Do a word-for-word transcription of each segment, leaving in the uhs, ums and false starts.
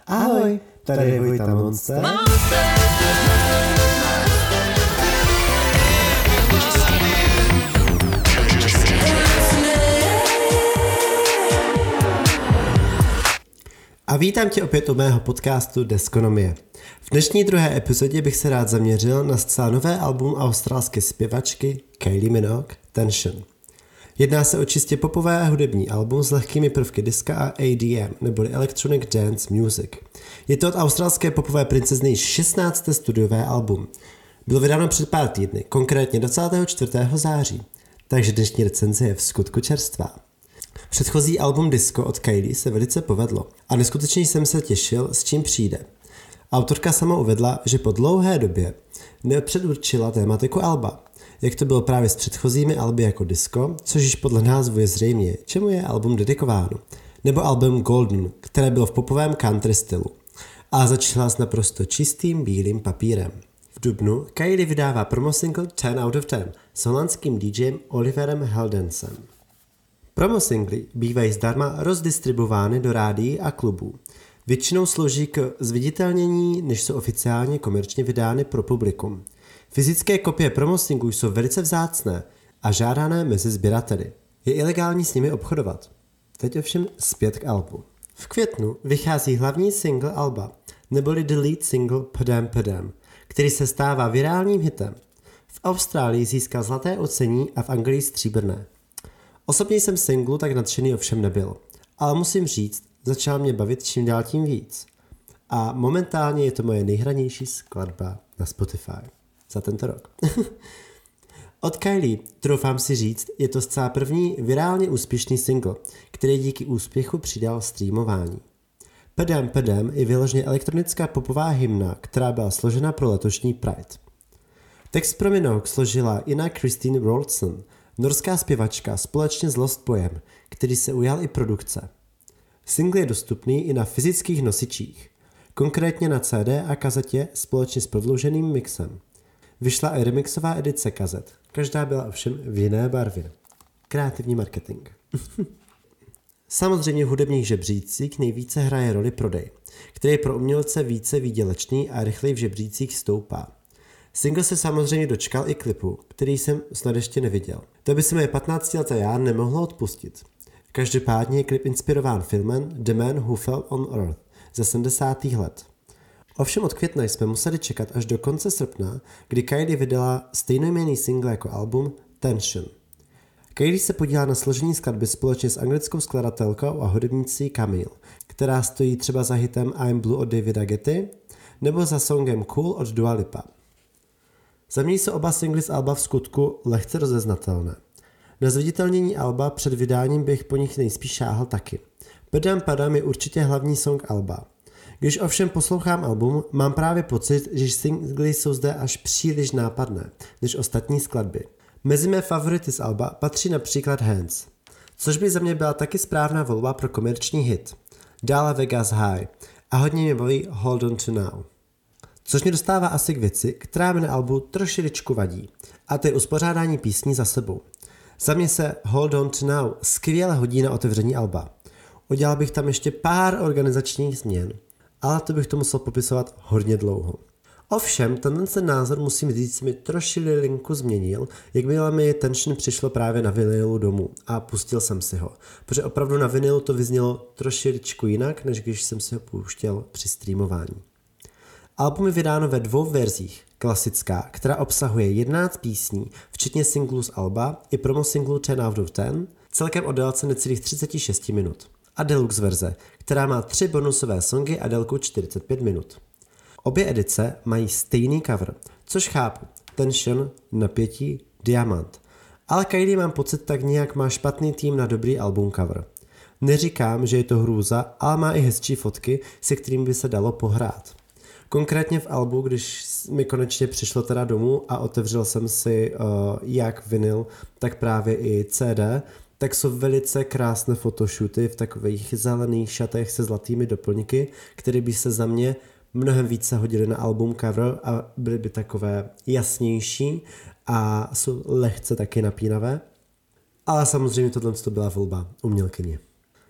Ahoj, tady je Vojta Monster. A vítám tě opět u mého podcastu Deskonomie. V dnešní druhé epizodě bych se rád zaměřil na zcela nové album australské zpěvačky Kylie Minogue, Tension. Jedná se o čistě popové hudební album s lehkými prvky diska a A D M, neboli Electronic Dance Music. Je to od australské popové princezny již šestnácté studiové album. Bylo vydáno před pár týdny, konkrétně dvacátého čtvrtého září, takže dnešní recenze je v skutku čerstvá. Předchozí album Disco od Kylie se velice povedlo a neskutečně jsem se těšil, s čím přijde. Autorka sama uvedla, že po dlouhé době nepředurčila tématiku alba, jak to bylo právě s předchozími alby jako Disco, což již podle názvu je zřejmě, čemu je album dedikováno, nebo album Golden, které bylo v popovém country stylu. A začala s naprosto čistým bílým papírem. V dubnu Kylie vydává promo single ten out of ten s holandským DJem Oliverem Heldensem. Promo singly bývají zdarma rozdistribuovány do rádií a klubů. Většinou slouží k zviditelnění, než jsou oficiálně komerčně vydány pro publikum. Fyzické kopie promo singlů jsou velice vzácné a žádané mezi sběrateli. Je ilegální s nimi obchodovat. Teď ovšem zpět k albu. V květnu vychází hlavní single alba, neboli the lead single Padam Padam, který se stává virálním hitem. V Austrálii získal zlaté ocenění a v Anglii stříbrné. Osobně jsem singlu tak nadšený ovšem nebyl, ale musím říct, začal mě bavit čím dál tím víc. A momentálně je to moje nejhranější skladba na Spotify za tento rok. Od Kylie, troufám si říct, je to zcela první virálně úspěšný single, který díky úspěchu přidal streamování. Padam Padam je vyloženě elektronická popová hymna, která byla složena pro letošní Pride. Text pro Minogue složila Ina Christine Rolson, norská zpěvačka společně s Lost Boyem, který se ujal i produkce. Single je dostupný i na fyzických nosičích, konkrétně na C D a kazetě společně s prodlouženým mixem. Vyšla i remixová edice kazet, každá byla ovšem v jiné barvě. Kreativní marketing. Samozřejmě v hudebních žebřících nejvíce hraje roli prodej, který je pro umělce více výdělečný a rychleji v žebřících stoupá. Single se samozřejmě dočkal i klipu, který jsem snad ještě neviděl. To by se moje patnáctileté já nemohlo odpustit. Každopádně je klip inspirován filmem The Man Who Fell on Earth ze sedmdesátých let. Ovšem od května jsme museli čekat až do konce srpna, kdy Kylie vydala stejnojmenný single jako album Tension. Kylie se podílá na složení skladby společně s anglickou skladatelkou a hudebnicí Camille, která stojí třeba za hitem I'm Blue od Davida Getty nebo za songem Cool od Dua Lipa. Za mě jsou oba singly z alba v skutku lehce rozeznatelné. Na zviditelnění alba před vydáním bych po nich nejspíš šáhl taky. Padam Padam je určitě hlavní song alba. Když ovšem poslouchám album, mám právě pocit, že singly jsou zde až příliš nápadné, než ostatní skladby. Mezi mé favority z alba patří například Hands, což by za mě byla taky správná volba pro komerční hit. Dále Vegas High a hodně mě baví Hold On To Now. Což mě dostává asi k věci, která mi na albu trošičku vadí, a to je uspořádání písní za sebou. Za mě se Hold On To Now skvěle hodí na otevření alba. Udělal bych tam ještě pár organizačních změn, ale to bych to musel popisovat hodně dlouho. Ovšem, tenhle názor musím říct, mi trošilinku změnil, jakmile mi Tension přišlo právě na vinilu domů a pustil jsem si ho, protože opravdu na vinilu to vyznělo trošičku jinak, než když jsem si ho pouštěl při streamování. Album je vydáno ve dvou verzích. Klasická, která obsahuje jedenáct písní, včetně singlů z alba i promo singlu ten out of ten, celkem o délce necelých třicet šest minut. A deluxe verze, která má tři bonusové songy a délku čtyřicet pět minut. Obě edice mají stejný cover, což chápu. Tension, napětí, diamant. Ale Kylie mám pocit tak nějak má špatný tým na dobrý album cover. Neříkám, že je to hrůza, ale má i hezčí fotky, se kterým by se dalo pohrát. Konkrétně v albu, když mi konečně přišlo teda domů a otevřel jsem si uh, jak vinyl, tak právě i C D, tak jsou velice krásné fotoshooty v takových zelených šatech se zlatými doplňky, které by se za mě mnohem více hodily na album cover a byly by takové jasnější a jsou lehce taky napínavé. Ale samozřejmě tohle to byla volba umělkyně.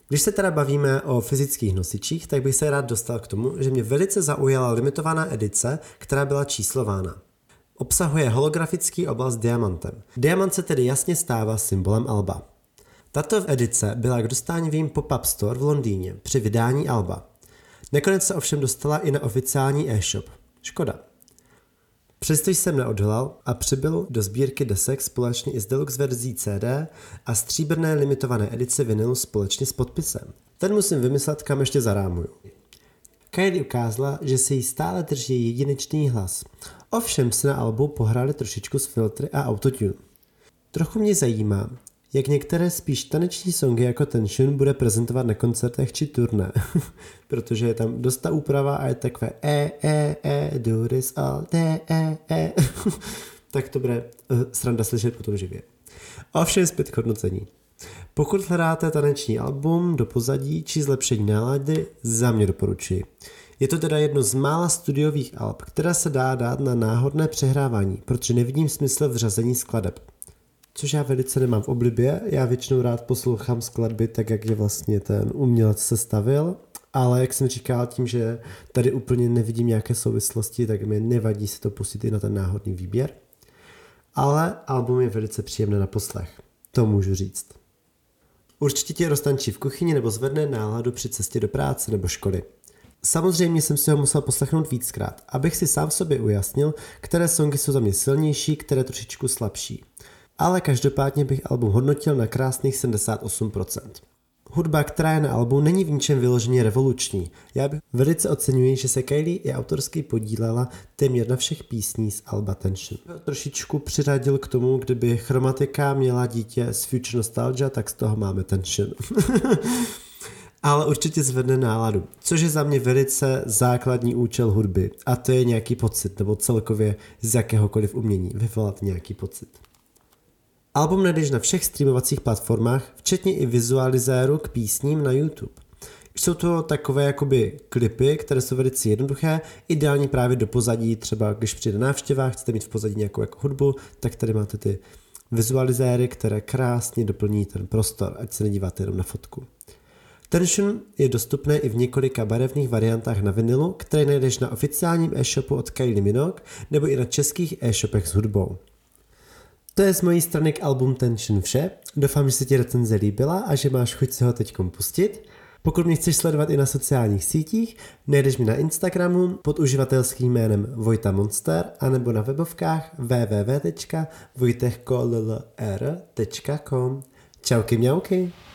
Když se teda bavíme o fyzických nosičích, tak bych se rád dostal k tomu, že mě velice zaujala limitovaná edice, která byla číslována. Obsahuje holografický oblast s diamantem. Diamant se tedy jasně stává symbolem alba. Tato edice byla k dostání v jejím pop-up store v Londýně při vydání alba. Nakonec se ovšem dostala i na oficiální e-shop. Škoda. Přesto jsem neodolal a přibyl do sbírky desek společně i s deluxe verzí C D a stříbrné limitované edice vinilu společně s podpisem. Ten musím vymyslet, kam ještě zarámuju. Kylie ukázala, že se jí stále drží jedinečný hlas. Ovšem se na albu pohráli trošičku s filtry a autotune. Trochu mě zajímá, jak některé spíš taneční songy jako Tension bude prezentovat na koncertech či turné, protože je tam dost ta úprava a je takové e, e, e, do this all day, e, e. Tak to bude uh, sranda slyšet potom živě. Ovšem zpět k hodnocení. Pokud hledáte taneční album do pozadí či zlepšení nálady, za mě doporučuji. Je to teda jedno z mála studiových alb, která se dá dát na náhodné přehrávání, protože nevidím smysl v řazení skladeb. Což já velice nemám v oblibě, já většinou rád poslouchám skladby tak, jak je vlastně ten umělec sestavil, ale jak jsem říkal, tím, že tady úplně nevidím nějaké souvislosti, tak mi nevadí si to pustit i na ten náhodný výběr. Ale album je velice příjemné na poslech, to můžu říct. Určitě tě roztančí v kuchyni nebo zvedne náladu při cestě do práce nebo školy. Samozřejmě jsem si ho musel poslechnout víckrát, abych si sám sobě ujasnil, které songy jsou za mě silnější, které trošičku slabší. Ale každopádně bych album hodnotil na krásných sedmdesát osm procent. Hudba, která je na albu, není v ničem vyloženě revoluční. Já bych velice oceňuji, že se Kylie i autorsky podílela téměř na všech písní z alba Tension. Trošičku přiradil k tomu, kdyby chromatika měla dítě z Future Nostalgia, tak z toho máme Tension. Ale určitě zvedne náladu, což je za mě velice základní účel hudby. A to je nějaký pocit, nebo celkově z jakéhokoliv umění vyvolat nějaký pocit. Album najdeš na všech streamovacích platformách, včetně i vizualizéru k písním na YouTube. Jsou to takové jakoby klipy, které jsou velice jednoduché, ideální právě do pozadí, třeba když přijde návštěva, chcete mít v pozadí nějakou jako hudbu, tak tady máte ty vizualizéry, které krásně doplní ten prostor, ať se nedíváte jenom na fotku. Tension je dostupné i v několika barevných variantách na vinilu, které najdeš na oficiálním e-shopu od Kylie Minogue nebo i na českých e-shopech s hudbou. To je z mojí strany k album Tension vše. Doufám, že se ti recenze líbila a že máš chuť se ho teďkom pustit. Pokud mě chceš sledovat i na sociálních sítích, najdeš mě na Instagramu pod uživatelským jménem Vojta Monster anebo na webovkách w w w tečka vojtechkolr tečka com. Čauky mňauky.